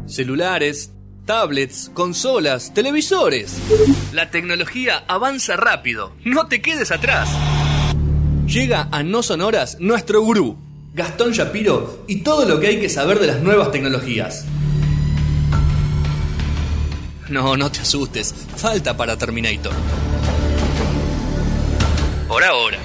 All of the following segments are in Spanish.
Celulares, tablets, consolas, televisores. La tecnología avanza rápido. No te quedes atrás. Llega a No Sonoras nuestro gurú, Gastón Shapiro, y todo lo que hay que saber de las nuevas tecnologías. No te asustes. Falta para Terminator. Por ahora.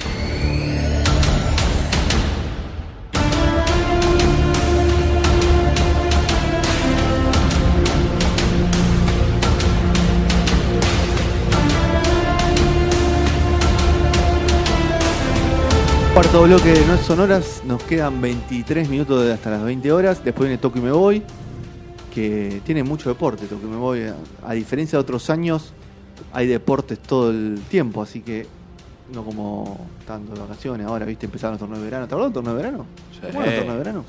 Cuarto bloque de No Sonoras, nos quedan 23 minutos hasta las 20 horas, después viene Toco y Me Voy, que tiene mucho deporte. Toco y Me Voy, a diferencia de otros años, hay deportes todo el tiempo, así que no como tanto de vacaciones. Ahora, viste, empezaron los torneos de verano. ¿Te acuerdas del torneo de verano? Sí. ¿Te acuerdas del torneo de verano?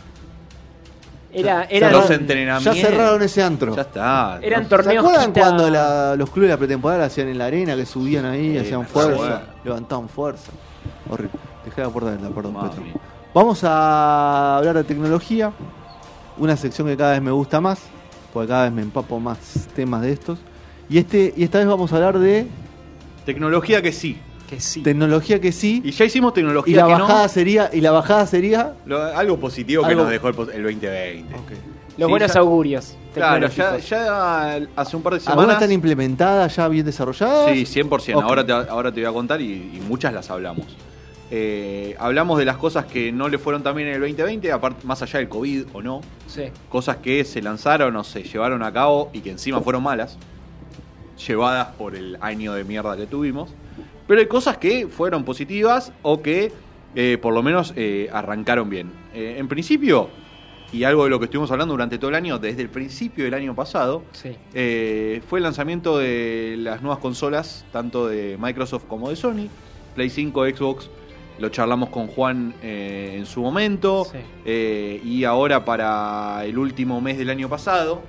Sí. Eran los entrenamientos. Ya cerraron ese antro. Ya está. Eran ¿Se torneos acuerdan quinta... cuando los clubes de la pretemporada hacían en la arena, que subían ahí, hacían fuerza, bueno. levantaban fuerza? Horrible. Dejé la puerta abierta, perdón, Mami. Petro. Vamos a hablar de tecnología, una sección que cada vez me gusta más, porque cada vez me empapo más temas de estos. Y esta vez vamos a hablar de Tecnología que sí. Que sí. tecnología que sí, Y ya hicimos tecnología y la que bajada no. sería Algo positivo que Algo- nos dejó el 2020. Los Sí, buenos ya- augurios. Claro, tecnológicos. ya hace un par de ¿Algunas semanas. están implementadas, ya bien desarrolladas? Sí, 100%. Ok. Ahora te voy a contar y muchas las hablamos. Hablamos de las cosas que no le fueron tan bien en el 2020, aparte, más allá del COVID o no. Sí. Cosas que se lanzaron o se llevaron a cabo y que encima fueron malas, llevadas por el año de mierda que tuvimos. Pero hay cosas que fueron positivas o que por lo menos arrancaron bien. En principio, y algo de lo que estuvimos hablando durante todo el año, desde el principio del año pasado, Sí. fue el lanzamiento de las nuevas consolas, tanto de Microsoft como de Sony, Play 5, Xbox. Lo charlamos con Juan en su momento. Sí. Y ahora para el último mes del año pasado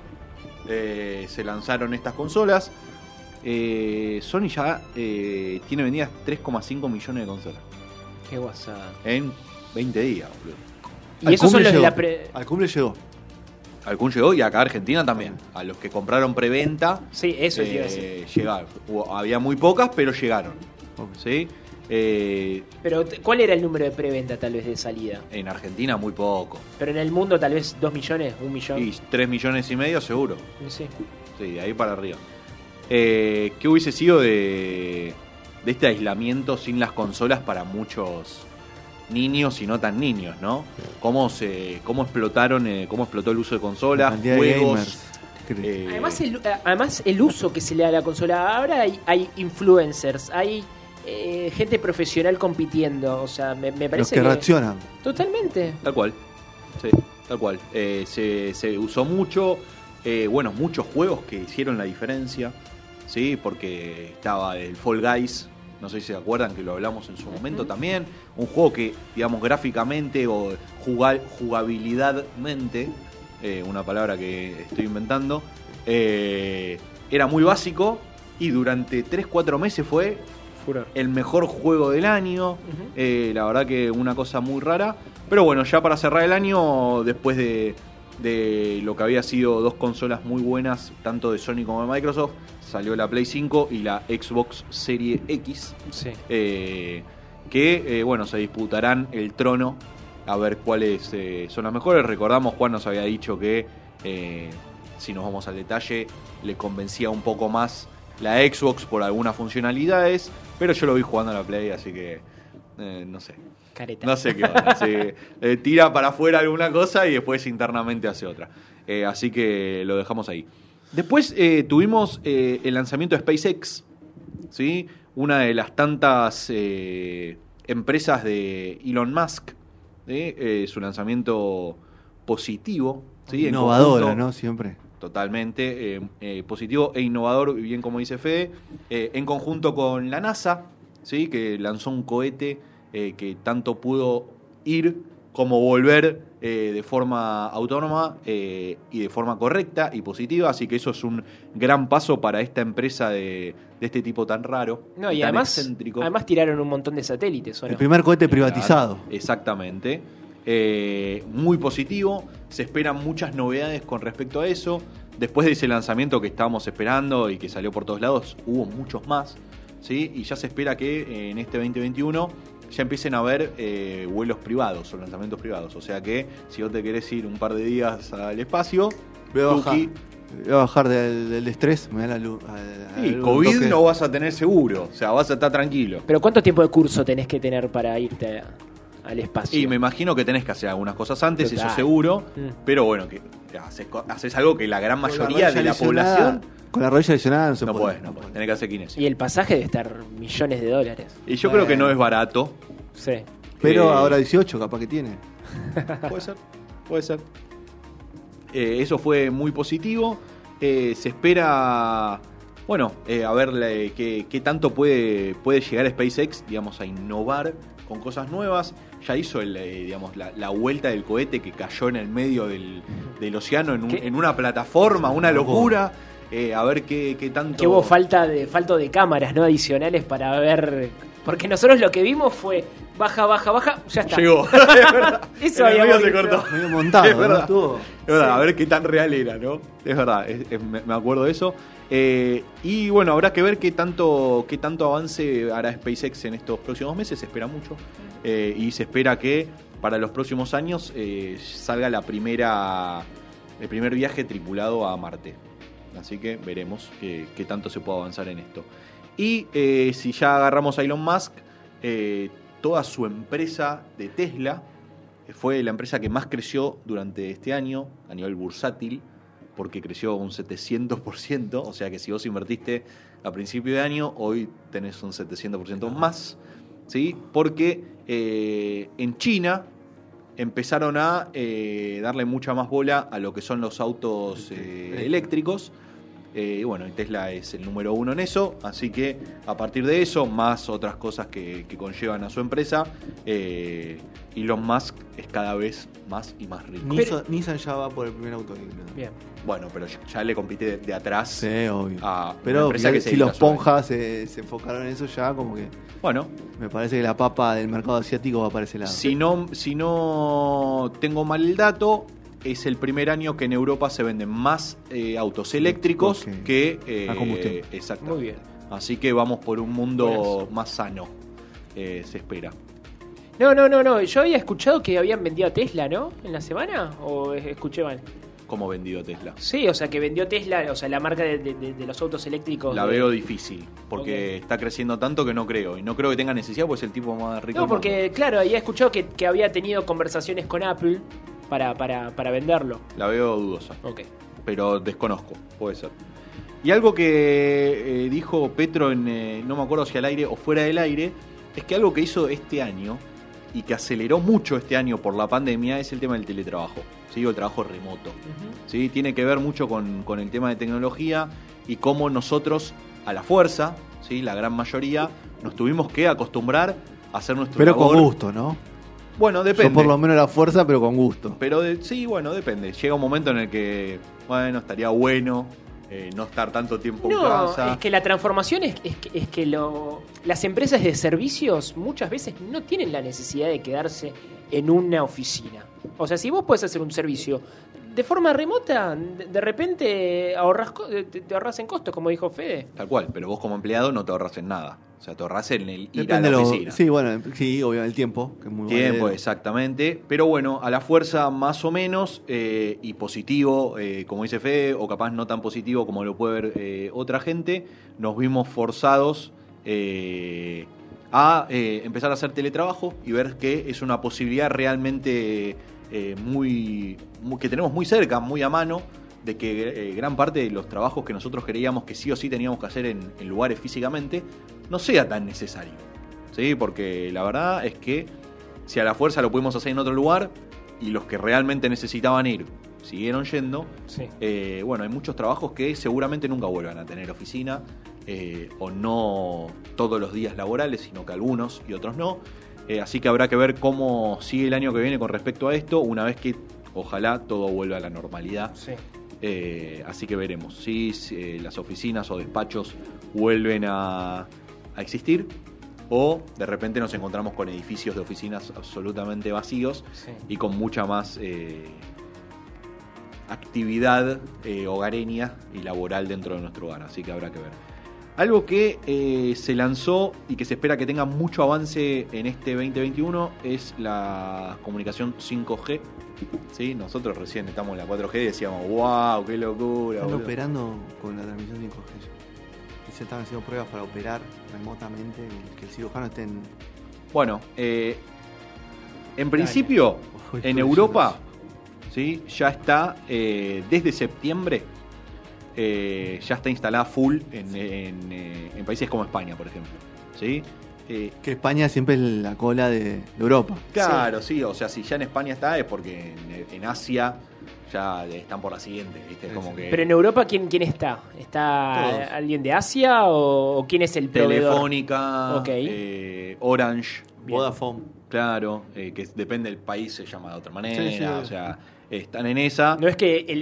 se lanzaron estas consolas. Sony ya tiene vendidas 3,5 millones de consolas Qué guasada. en 20 días, boludo. Y esos son los de la Al cumple llegó. Al Kun llegó y acá a Argentina también. A los que compraron preventa Sí, eso te iba a decir. llegaron. Había muy pocas, pero llegaron. Ok. ¿Sí? Pero, ¿cuál era el número de preventa tal vez de salida? En Argentina muy poco. Pero en el mundo tal vez 2 millones, 1 millón. Y 3 millones y medio seguro. Sí. Sí, de ahí para arriba. ¿Qué hubiese sido de este aislamiento sin las consolas para muchos niños y no tan niños, ¿no? Cómo explotaron, cómo explotó el uso de La consolas, cantidad de juegos. gamers. ¿Qué crees? Además el uso que se le da a la consola. Ahora hay influencers, hay gente profesional compitiendo. O sea, me Los parece que reaccionan. Totalmente. Tal cual. Sí, tal cual. Se usó mucho. Bueno, muchos juegos que hicieron la diferencia. Sí, porque estaba el Fall Guys. No sé si se acuerdan que lo hablamos en su momento también. Un juego que, digamos, gráficamente o jugabilidadmente, una palabra que estoy inventando, era muy básico y durante 3-4 meses fue Furor. el mejor juego del año. La verdad que una cosa muy rara. Pero bueno, ya para cerrar el año, después de lo que había sido dos consolas muy buenas, tanto de Sony como de Microsoft, salió la Play 5 y la Xbox Series X, Sí. que bueno, se disputarán el trono a ver cuáles son las mejores. Recordamos, Juan nos había dicho que si nos vamos al detalle, le convencía un poco más la Xbox por algunas funcionalidades, pero yo lo vi jugando a la Play, así que no sé. Careta. No sé qué onda. Sí, tira para afuera alguna cosa y después internamente hace otra. Así que lo dejamos ahí. Después tuvimos el lanzamiento de SpaceX, ¿sí? Una de las tantas empresas de Elon Musk. Su lanzamiento positivo, ¿sí? En Innovadora, conjunto, ¿no? Siempre. Totalmente positivo e innovador, bien como dice Fede, en conjunto con la NASA, ¿sí? Que lanzó un cohete que tanto pudo ir como volver de forma autónoma y de forma correcta y positiva, así que eso es un gran paso para esta empresa de este tipo tan raro No, y tan además, excéntrico. además tiraron un montón de satélites, ¿o no? El primer cohete privatizado. Claro, exactamente. Muy positivo, se esperan muchas novedades con respecto a eso. Después de ese lanzamiento que estábamos esperando y que salió por todos lados, hubo muchos más, ¿sí? Y ya se espera que en este 2021 ya empiecen a haber vuelos privados o lanzamientos privados. O sea que si vos te querés ir un par de días al espacio, Voy a bajar del estrés, me da la luz. Sí, COVID no vas a tener seguro, o sea, vas a estar tranquilo. Pero ¿cuánto tiempo de curso tenés que tener para irte al espacio? Y me imagino que tenés que hacer algunas cosas antes, Total. eso seguro, pero bueno, que haces algo que la gran mayoría de la población Con la rodilla lesionada no se no puede. podés, tenés que hacer kinesio. Y el pasaje debe estar millones de dólares. Y yo creo que no es barato. Sí. Pero ahora 18 capaz que tiene. Puede ser. Eso fue muy positivo. Se espera, bueno, a ver qué tanto puede llegar SpaceX, digamos, a innovar con cosas nuevas. Ya hizo digamos, la vuelta del cohete que cayó en el medio del océano en una plataforma, una locura. A ver qué tanto... Que hubo falta de cámaras, ¿no? Adicionales para ver... Porque nosotros lo que vimos fue baja, ya está. Llegó. Es verdad. Eso En el había medio se cortó. Medio montado, Es verdad. ¿no? Estuvo. Es verdad, a ver qué tan real era, ¿no? Es verdad, me acuerdo de eso. Y bueno, habrá que ver qué tanto avance hará SpaceX en estos próximos meses. Se espera mucho. Y se espera que para los próximos años salga el primer viaje tripulado a Marte. Así que veremos qué tanto se puede avanzar en esto. Y si ya agarramos a Elon Musk, toda su empresa de Tesla fue la empresa que más creció durante este año a nivel bursátil, porque creció un 700%, o sea que si vos invertiste a principio de año, hoy tenés un 700% más, ¿sí? Porque en China empezaron a darle mucha más bola a lo que son los autos eléctricos. Y bueno, Tesla es el número 1 en eso, así que a partir de eso, más otras cosas que conllevan a su empresa, Elon Musk es cada vez más y más rico. Nissan ya va por el primer auto eléctrico. Bien. Bueno, pero ya le compite de atrás Sí, obvio. a una Pero empresa que se si dedica los solo a ponjas se enfocaron en eso ya, como que eso. Bueno, me parece que la papa del mercado asiático va para ese lado. si no tengo mal el dato, es el primer año que en Europa se venden más autos eléctricos que a combustión. Exacto. Muy bien. Así que vamos por un mundo Buenazo. más sano, se espera. No. Yo había escuchado que habían vendido a Tesla, ¿no? ¿En la semana? ¿O escuché mal? ¿Cómo vendido Tesla? Sí, o sea, que vendió Tesla, o sea, la marca de los autos eléctricos. La veo difícil, porque Ok. está creciendo tanto que no creo. Y no creo que tenga necesidad, pues es el tipo más rico No, del porque, mundo. claro, había escuchado que había tenido conversaciones con Apple para venderlo. La veo dudosa, Ok. pero desconozco, puede ser. Y algo que dijo Petro no me acuerdo si al aire o fuera del aire, es que algo que hizo este año y que aceleró mucho este año por la pandemia es el tema del teletrabajo, ¿sí? O el trabajo remoto. ¿Sí? Tiene que ver mucho con el tema de tecnología y cómo nosotros, a la fuerza, ¿sí? La gran mayoría, nos tuvimos que acostumbrar a hacer nuestro Pero labor. con gusto, ¿no? Bueno, depende. Yo por lo menos la fuerza, pero con gusto. Pero sí, bueno, depende. Llega un momento en el que, bueno, estaría bueno no estar tanto tiempo en No, casa. es que la transformación es que las empresas de servicios muchas veces no tienen la necesidad de quedarse en una oficina. O sea, si vos podés hacer un servicio de forma remota, de repente te ahorras en costos, como dijo Fede. Tal cual, pero vos como empleado no te ahorras en nada. O sea, te ahorras en el ir Depende a la de lo- oficina. Sí, bueno, sí, obviamente el tiempo, que es muy Tiempo, valedero. exactamente. Pero bueno, a la fuerza más o menos y positivo, como dice Fede, o capaz no tan positivo como lo puede ver otra gente, nos vimos forzados a empezar a hacer teletrabajo y ver que es una posibilidad realmente que tenemos muy cerca, muy a mano, de que gran parte de los trabajos que nosotros creíamos que sí o sí teníamos que hacer en lugares físicamente no sea tan necesario, ¿sí? Porque la verdad es que si a la fuerza lo pudimos hacer en otro lugar y los que realmente necesitaban ir siguieron yendo, Sí. bueno, hay muchos trabajos que seguramente nunca vuelvan a tener oficina o no todos los días laborales, sino que algunos y otros no. Así que habrá que ver cómo sigue el año que viene con respecto a esto, una vez que ojalá todo vuelva a la normalidad. Sí. Así que veremos si las oficinas o despachos vuelven a existir o de repente nos encontramos con edificios de oficinas absolutamente vacíos y con mucha más actividad hogareña y laboral dentro de nuestro hogar, así que habrá que ver. Algo que se lanzó y que se espera que tenga mucho avance en este 2021 es la comunicación 5G. ¿Sí? Nosotros recién estamos en la 4G y decíamos, wow, qué locura. Están boludo. operando con la transmisión 5G. Y se están haciendo pruebas para operar remotamente y que el cirujano esté en... Bueno, en principio, en Europa, ¿sí? Ya está, desde septiembre, ya está instalada full en países como España, por ejemplo. ¿Sí? Que España siempre es la cola de Europa. Claro, sí, o sea, si ya en España está es porque en Asia ya están por la siguiente, ¿viste? Es como que Pero en Europa, ¿quién está? ¿Está Todos. alguien de Asia o quién es el proveedor? Telefónica, Ok. Orange, Bien. Vodafone. claro, que depende del país, se llama de otra manera, Sí, sí, o sea, están en esa. No es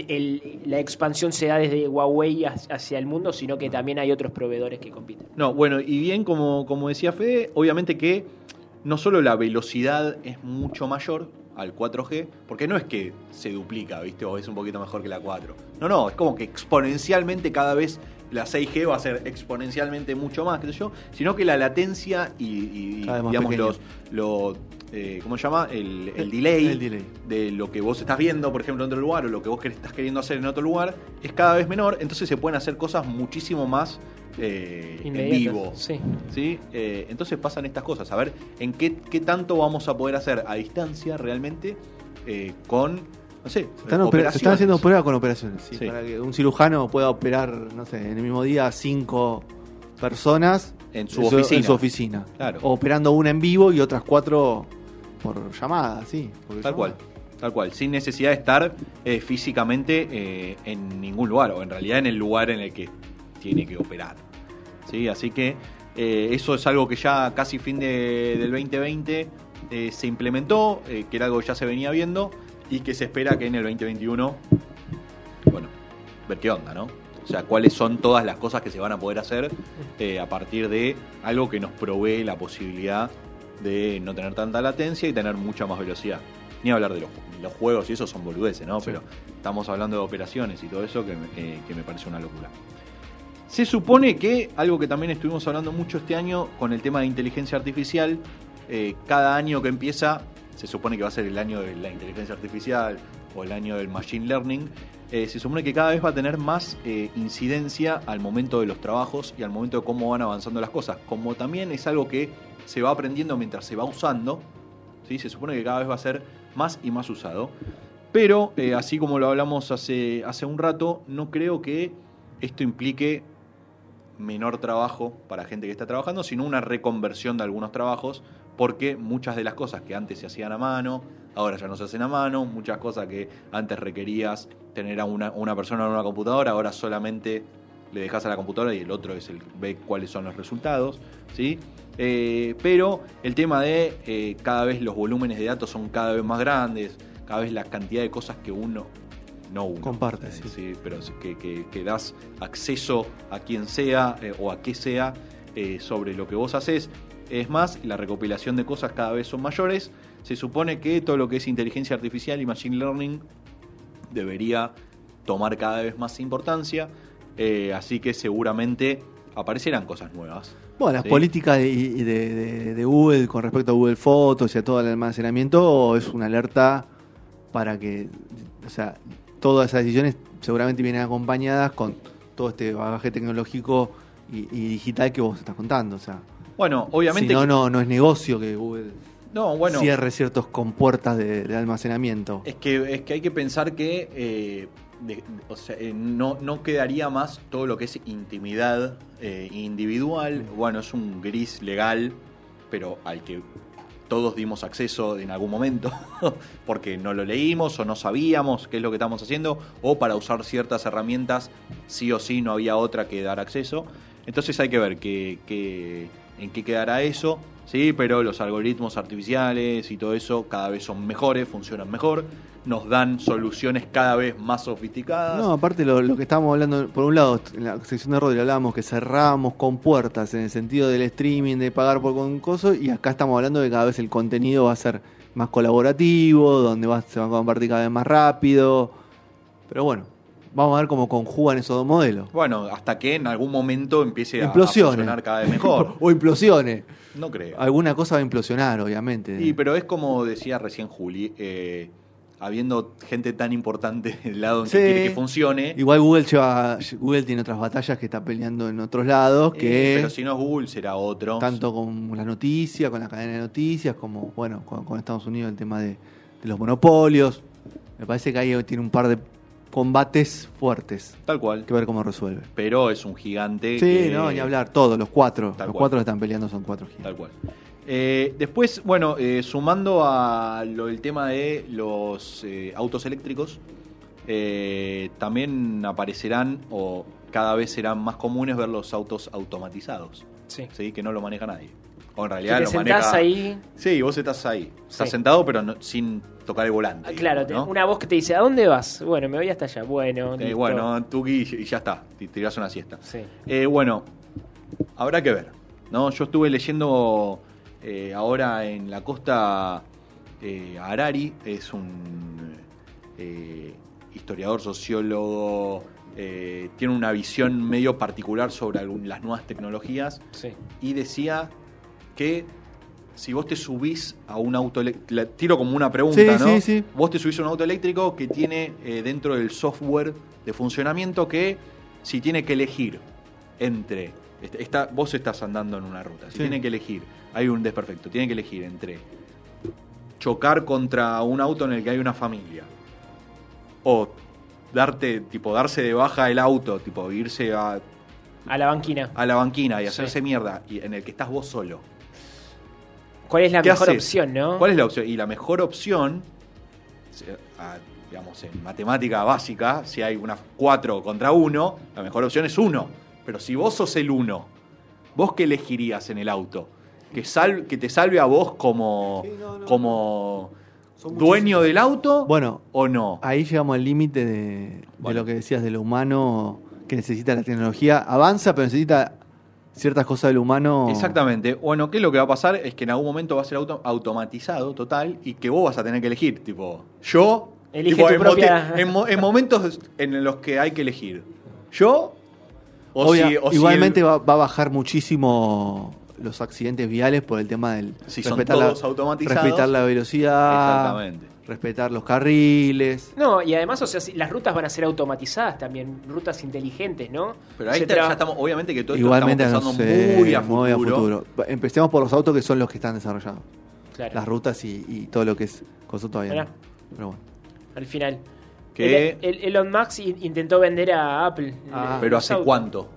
que la expansión se da desde Huawei hacia el mundo, sino que también hay otros proveedores que compiten. No, bueno, y bien, como decía Fede, obviamente que no solo la velocidad es mucho mayor al 4G, porque no es que se duplica, ¿viste? O es un poquito mejor que la 4. No, es como que exponencialmente cada vez la 6G va a ser exponencialmente mucho más, qué sé yo, sino que la latencia y Cada vez más digamos, pequeño. ¿cómo se llama? El delay, El delay. de lo que vos estás viendo, por ejemplo, en otro lugar, o lo que vos estás queriendo hacer en otro lugar, es cada vez menor, entonces se pueden hacer cosas muchísimo más en Inmediatas, vivo. sí. ¿Sí? Entonces pasan estas cosas, a ver en qué tanto vamos a poder hacer a distancia realmente con, no sé, Se están haciendo pruebas con operaciones. ¿sí? Sí. Para que un cirujano pueda operar, no sé, en el mismo día 5 personas En su oficina. En su oficina. Claro. O operando una en vivo y otras 4 por llamada, sí. por Tal llamada. cual, sin necesidad de estar físicamente en ningún lugar, o en realidad en el lugar en el que tiene que operar. ¿Sí? Así que eso es algo que ya casi fin del 2020 se implementó, que era algo que ya se venía viendo y que se espera que en el 2021, bueno, ver qué onda, ¿no? O sea, cuáles son todas las cosas que se van a poder hacer a partir de algo que nos provee la posibilidad de no tener tanta latencia y tener mucha más velocidad. Ni hablar de los juegos y eso son boludeces, ¿no? Sí. Pero estamos hablando de operaciones y todo eso que me parece una locura. Se supone que, algo que también estuvimos hablando mucho este año con el tema de inteligencia artificial, cada año que empieza, se supone que va a ser el año de la inteligencia artificial o el año del machine learning, se supone que cada vez va a tener más incidencia al momento de los trabajos y al momento de cómo van avanzando las cosas. Como también es algo que se va aprendiendo mientras se va usando, ¿sí? Se supone que cada vez va a ser más y más usado. Pero, así como lo hablamos hace un rato, no creo que esto implique menor trabajo para gente que está trabajando, sino una reconversión de algunos trabajos, porque muchas de las cosas que antes se hacían a mano, ahora ya no se hacen a mano, muchas cosas que antes requerías tener a una persona en una computadora, ahora solamente le dejas a la computadora y el otro es el ve cuáles son los resultados, ¿sí? Pero el tema de cada vez los volúmenes de datos son cada vez más grandes, cada vez la cantidad de cosas que uno Comparte, sí, pero que das acceso a quien sea o a qué sea sobre lo que vos haces. Es más, la recopilación de cosas cada vez son mayores. Se supone que todo lo que es inteligencia artificial y machine learning debería tomar cada vez más importancia, así que seguramente aparecerán cosas nuevas. Bueno, las ¿sí? políticas de Google con respecto a Google Fotos y a todo el almacenamiento es una alerta para que, o sea, todas esas decisiones seguramente vienen acompañadas con todo este bagaje tecnológico y digital que vos estás contando. O sea, Bueno, obviamente. si no es negocio que Google bueno, cierre ciertos compuertas de almacenamiento. Es que hay que pensar que no quedaría más todo lo que es intimidad individual. Bueno, es un gris legal, pero al que todos dimos acceso en algún momento, porque no lo leímos o no sabíamos qué es lo que estamos haciendo, o para usar ciertas herramientas sí o sí no había otra que dar acceso. Entonces hay que ver qué en qué quedará eso, sí, pero los algoritmos artificiales y todo eso cada vez son mejores, funcionan mejor, nos dan soluciones cada vez más sofisticadas. No, aparte lo que estábamos hablando, por un lado, en la sección de Rodri hablábamos que cerrábamos con puertas en el sentido del streaming, de pagar por un coso, y acá estamos hablando de que cada vez el contenido va a ser más colaborativo, donde se va a compartir cada vez más rápido. Pero bueno, vamos a ver cómo conjugan esos dos modelos. Bueno, hasta que en algún momento empiece a Implosione. funcionar cada vez mejor. O implosione. No creo. Alguna cosa va a implosionar, obviamente. Sí, pero es como decía recién Juli, habiendo gente tan importante del lado en que quiere que funcione. Igual Google tiene otras batallas que está peleando en otros lados que pero si no es Google será otro. tanto con la noticia, con la cadena de noticias, como bueno, con Estados Unidos el tema de los monopolios. Me parece que ahí tiene un par de combates fuertes. Tal cual. Hay que ver cómo resuelve. Pero es un gigante. Sí, no, ni hablar, todos, los cuatro. Tal Los cual. cuatro que están peleando son cuatro gigantes. Tal cual. Después, bueno, sumando a el tema de los autos eléctricos, también aparecerán o cada vez serán más comunes ver los autos automatizados, Sí. que no lo maneja nadie. O en Que realidad te lo sentás maneja. ahí. Sí, vos estás ahí. Estás Sí. sentado, pero sin tocar el volante. Claro, ¿no? una voz que te dice, ¿a dónde vas? Bueno, me voy hasta allá. Bueno, listo. Bueno, Tuki y ya está. Te tirás una siesta. Sí. Bueno, habrá que ver, ¿no? Yo estuve leyendo ahora en la costa Harari, es un historiador, sociólogo, tiene una visión medio particular sobre las nuevas tecnologías Sí. y decía que si vos te subís a un auto eléctrico, tiro como una pregunta, Sí, ¿no? sí, sí. Vos te subís a un auto eléctrico que tiene dentro del software de funcionamiento que si tiene que elegir entre, vos estás andando en una ruta, si Sí. tiene que elegir, hay un desperfecto, tiene que elegir entre chocar contra un auto en el que hay una familia o darse de baja el auto, tipo irse a A la banquina. la banquina y Sí. hacerse mierda y en el que estás vos solo. ¿Cuál es la ¿Qué mejor haces? opción, no? ¿Cuál es la opción? Y la mejor opción, digamos, en matemática básica, si hay una 4 contra 1, la mejor opción es 1. Pero si vos sos el 1, ¿vos qué elegirías en el auto? ¿Que te salve a vos como, Sí, no. como Son dueño del auto Bueno, o no? ahí llegamos al límite de Bueno. lo que decías de lo humano, que necesita la tecnología. Avanza, pero necesita ciertas cosas del humano. Exactamente. Bueno, ¿qué es lo que va a pasar? Es que en algún momento va a ser automatizado total y que vos vas a tener que elegir. Tipo, yo... Elige tipo, tu en, propia- en momentos en los que hay que elegir. Yo... O Igualmente va a bajar muchísimo los accidentes viales por el tema del Si son todos automatizados. respetar la velocidad, Exactamente. respetar los carriles. No, y además, o sea, las rutas van a ser automatizadas también, rutas inteligentes, ¿no? Pero ahí Se ya traba- estamos, obviamente que todo esto Igualmente estamos no pensando sé, muy a futuro. Empecemos por los autos que son los que están desarrollados. Claro, Las rutas y todo lo que es cosa todavía. Mirá. No. Pero bueno. al final. Que- Elon Musk intentó vender a Apple. Pero los ¿hace autos. cuánto?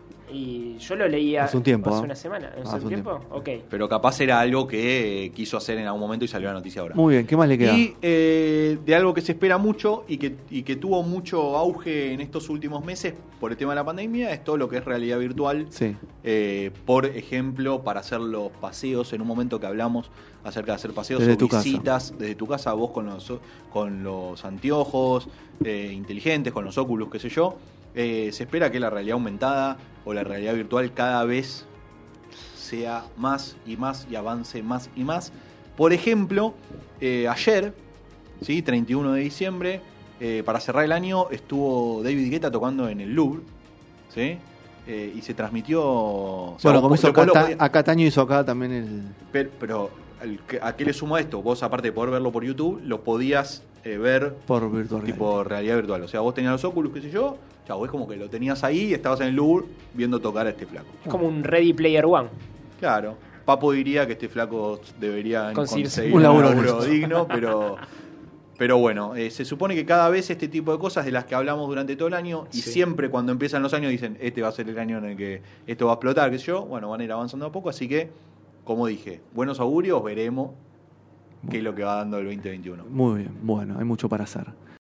Y yo lo leía Hace un tiempo, hace ¿eh? una semana. ¿Hace Hace un un tiempo? Ok. Pero capaz era algo que quiso hacer en algún momento y salió la noticia ahora. Muy bien, ¿qué más le queda? Y de algo que se espera mucho y que tuvo mucho auge en estos últimos meses por el tema de la pandemia es todo lo que es realidad virtual. Sí. Por ejemplo, para hacer los paseos, en un momento que hablamos acerca de hacer paseos Desde o tu casa. visitas desde tu casa, vos con los anteojos inteligentes, con los óculos, qué sé yo, se espera que la realidad aumentada o la realidad virtual cada vez sea más y más y avance más y más. Por ejemplo, ayer, ¿sí? 31 de diciembre, para cerrar el año, estuvo David Guetta tocando en el Louvre, ¿sí? Y se transmitió... o sea, Bueno, vos como hizo vos lo acá, podías- acá Taño hizo acá también el... pero ¿a qué le suma esto? Vos, aparte de poder verlo por YouTube, lo podías ver por virtual. tipo realidad virtual. O sea, vos tenías los óculos, qué sé yo, chau, es como que lo tenías ahí y estabas en el Louvre viendo tocar a este flaco. Es como un Ready Player One. Claro. Papo diría que este flaco debería Conseguirse conseguir un un laburo laburo honesto. digno, pero bueno, se supone que cada vez este tipo de cosas de las que hablamos durante todo el año y Sí. siempre cuando empiezan los años dicen, este va a ser el año en el que esto va a explotar, qué sé yo, bueno, van a ir avanzando a poco, así que, como dije, buenos augurios, veremos qué es lo que va dando el 2021. Muy bien, bueno, hay mucho para hacer.